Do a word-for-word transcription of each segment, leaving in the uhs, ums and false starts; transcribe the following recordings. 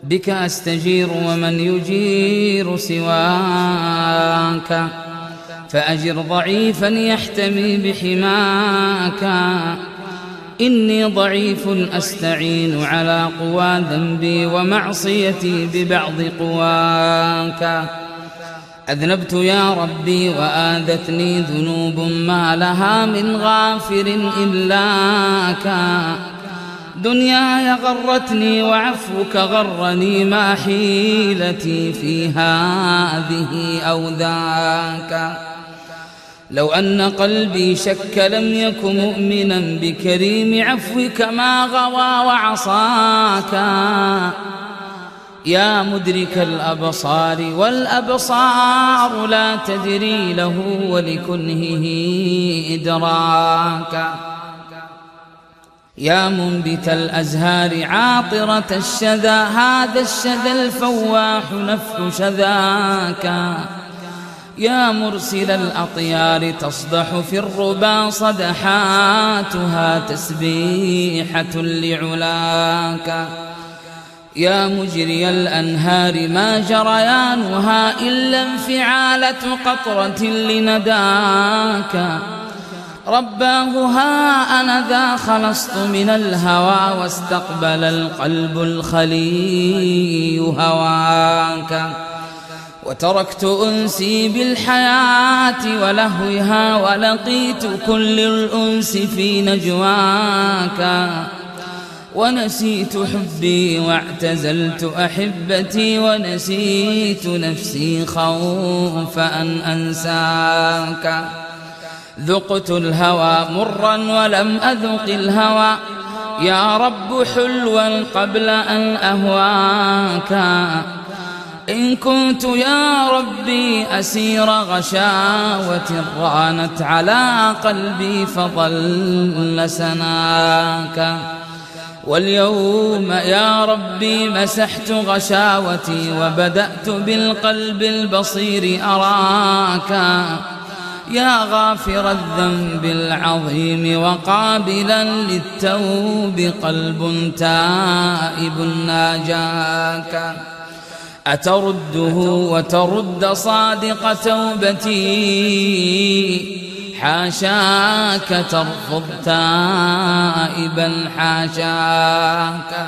بك أستجير ومن يجير سواك، فأجر ضعيفا يحتمي بحماك. إني ضعيف أستعين على قوى ذنبي ومعصيتي ببعض قواك. أذنبت يا ربي وآذتني ذنوب ما لها من غافر إلاك. دنياي غرتني وعفوك غرني، ما حيلتي في هذه أو ذاك. لو أن قلبي شك لم يك مؤمنا بكريم عفوك ما غوى وعصاك. يا مدرك الأبصار والأبصار لا تدري له ولكنهه إدراكا. يا منبت الأزهار عاطرة الشذا، هذا الشذا الفواح نفح شذاك. يا مرسل الأطيار تصدح في الربا صدحاتها تسبيحة لعلاك. يا مجري الأنهار ما جريانها إلا انفعالة قطرة لنداك. رباه ها أنا ذا خلصت من الهوى واستقبل القلب الخلي هواك. وتركت أنسي بالحياة ولهوها ولقيت كل الأنس في نجواك. ونسيت حبي واعتزلت أحبتي ونسيت نفسي خوف أن أنساك. ذقت الهوى مرا ولم أذق الهوى يا رب حلوا قبل أن أهواك. إن كنت يا ربي أسير غشاوة رانت على قلبي فضل سناك. واليوم يا ربي مسحت غشاوتي وبدأت بالقلب البصير أراك. يا غافر الذنب العظيم وقابلا للتوب قلب تائب ناجاك. أترده وترد صادق توبتي حاشاك ترفض تائبا حاشاك.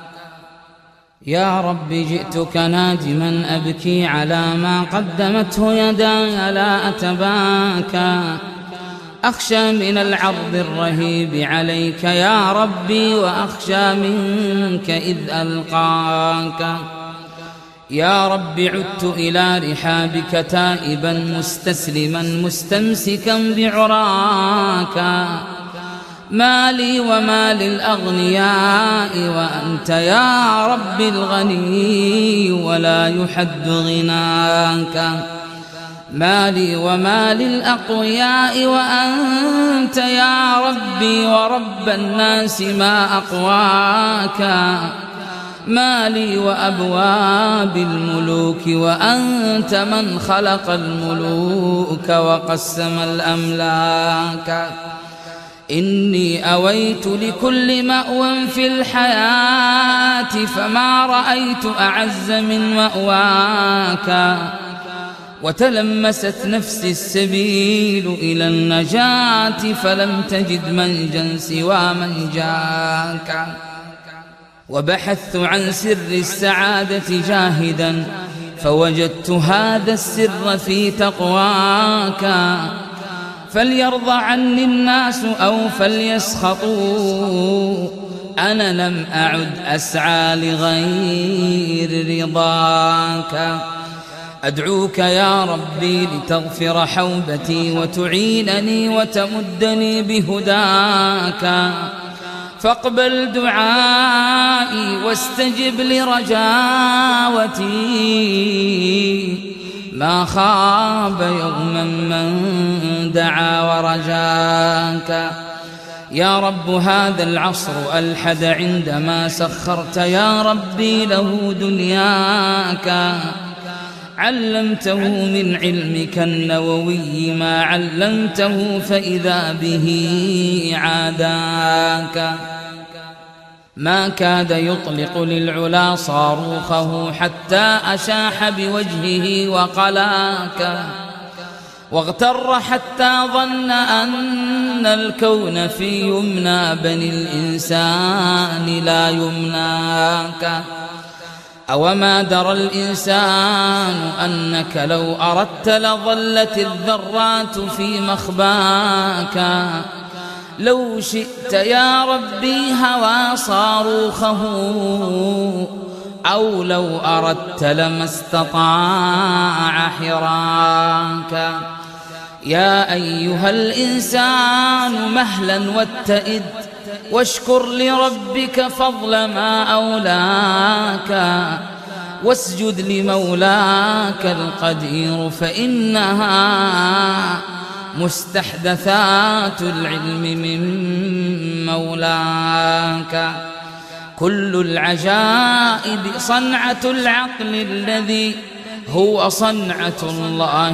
يا رب جئتك نادما أبكي على ما قدمته يداي لا أتباكى. أخشى من العرض الرهيب عليك يا ربي وأخشى منك إذ ألقاك. يا رب عدت إلى رحابك تائبا مستسلما مستمسكا بعراك. ما لي وما للأغنياء وأنت يا رب الغني ولا يحد غناك. ما لي وما للأقوياء وأنت يا ربي ورب الناس ما أقواك. ما لي وأبواب الملوك وأنت من خلق الملوك وقسم الأملاك. إني أويت لكل مأوى في الحياة فما رأيت أعز من مأواك. وتلمست نفسي السبيل إلى النجاة فلم تجد منجا سوى من جاك. وبحثت عن سر السعادة جاهدا فوجدت هذا السر في تقواك. فليرضى عني الناس أو فليسخطوا أنا لم أعد أسعى لغير رضاك. أدعوك يا ربي لتغفر حوبتي وتعينني وتمدني بهداك. فاقبل دعائي واستجب لرجاوتي. ما خاب يوما من دعا ورجاك. يا رب هذا العصر ألحد عندما سخرت يا ربي له دنياك. علمته من علمك النووي ما علمته فإذا به عاداك. ما كاد يطلق للعلا صاروخه حتى أشاح بوجهه وقلاك، واغتر حتى ظن أن الكون في يمنى بني الإنسان لا يمناك. أوما درى الإنسان أنك لو أردت لظلت الذرات في مخباك، لو شئت يا ربي هوى صاروخه أو لو أردت لما استطاع حراك. يا أيها الإنسان مهلا واتئد واشكر لربك فضل ما أولاك، واسجد لمولاك القدير فإنها مستحدثات العلم من مولاك. كل العجائب صنعة العقل الذي هو صنعة الله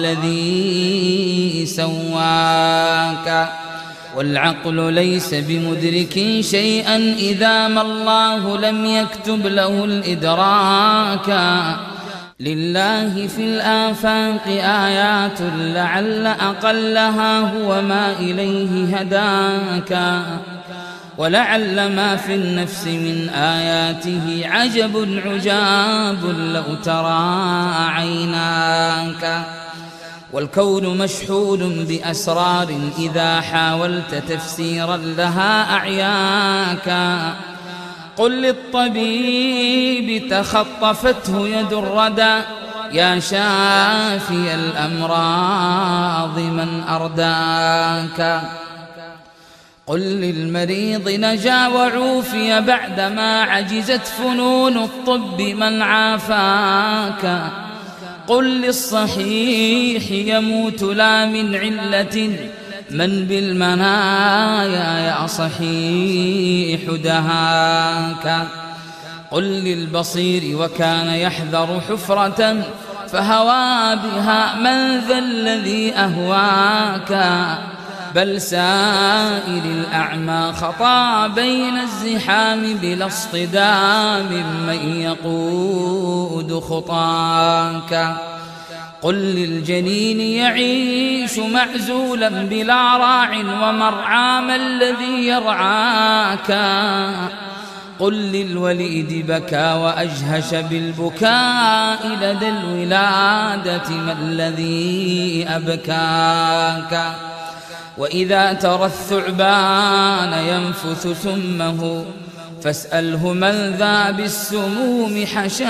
الذي سواك، والعقل ليس بمدرك شيئا إذا ما الله لم يكتب له الإدراك. لله في الآفاق آيات لعل أقلها هو ما إليه هداك، ولعل ما في النفس من آياته عجب عجاب لو ترى عيناك. والكون مشحون بأسرار إذا حاولت تفسيرا لها أعياك. قل للطبيب تخطفته يد الردى يا شافي الأمراض من أرداك. قل للمريض نجا وعوفي بعدما عجزت فنون الطب من عافاك. قل للصحيح يموت لا من علة من بالمنايا يا صحيح دهاك. قل للبصير وكان يحذر حفرة فهوى بها من ذا الذي أهواك. بل سائل الأعمى خطا بين الزحام بلا اصطدام من يقود خطاك. قل للجنين يعيش معزولا بلا راع ومرعى ما الذي يرعاك. قل للوليد بكى وأجهش بالبكاء لدى الولادة ما الذي أبكاك. وإذا ترى الثعبان ينفث سمه فاسأله من ذا بالسموم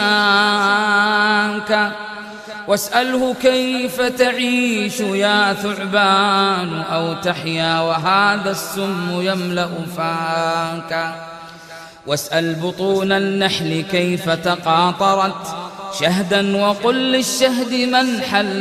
حشاك. واسأله كيف تعيش يا ثعبان أو تحيا وهذا السم يملأ فاك. واسأل بطون النحل كيف تقاطرت شهدا وقل للشهد من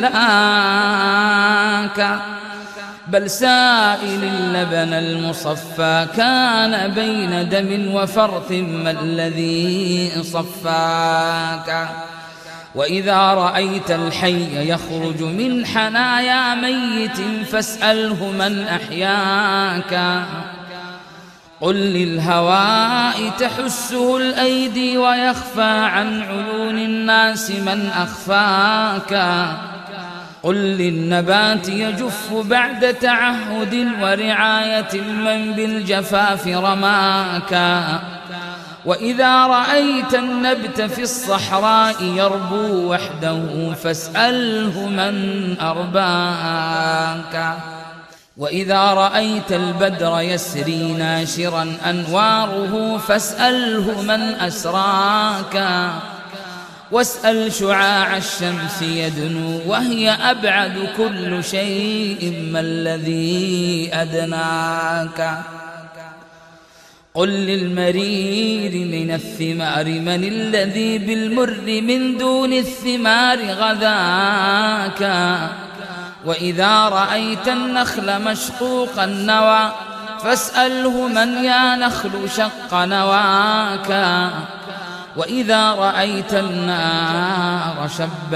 حلاك. بل سائل اللبن المصفى كان بين دم وفرث ما الذي صفاك. وإذا رأيت الحي يخرج من حنايا ميت فاسأله من أحياك. قل للهواء تحسه الأيدي ويخفى عن عيون الناس من أخفاك. قل للنبات يجف بعد تعهد ورعاية من بالجفاف رماك. وإذا رأيت النبت في الصحراء يربو وحده فاسأله من أرباك. وإذا رأيت البدر يسري ناشرا أنواره فاسأله من أسراك. واسأل شعاع الشمس يدنو وهي أبعد كل شيء ما الذي أدناك. قل للمرير من الثمار من الذي بالمر من دون الثمار غذاك. وإذا رأيت النخل مشقوق النوى فاسأله من يا نخل شق نواك. وإذا رأيت النار شب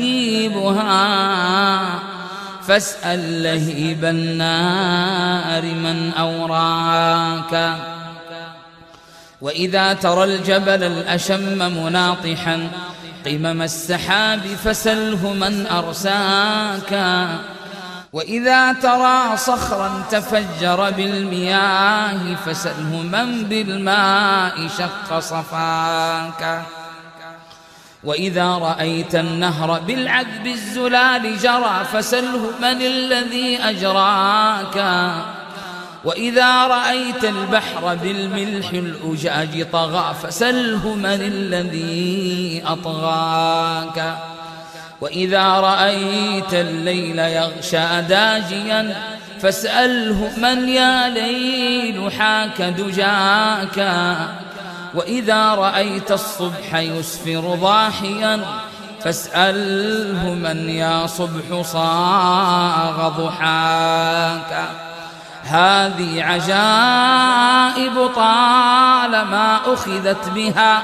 لهيبها فاسأل لهيب النار من أوراك. وإذا ترى الجبل الأشم مناطحا قمم السحاب فسله من أرساك، وإذا ترى صخرا تفجر بالمياه فسله من بالماء شق صفاك، وإذا رأيت النهر بالعذب الزلال جرى فسله من الذي أجراك، وإذا رأيت البحر بالملح الأجاج طغى فسله من الذي أطغاك، وإذا رأيت الليل يغشى داجيا فاسأله من يا ليل حاك دجاك، وإذا رأيت الصبح يسفر ضاحيا فاسأله من يا صبح صاغ ضحاك. هذه عجائب طالما أخذت بها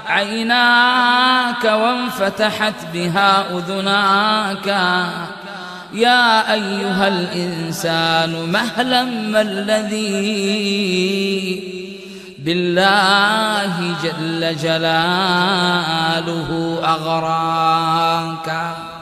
عيناك وانفتحت بها أذناك، يا أيها الإنسان مهلا ما الذي بالله جل جلاله أغراك.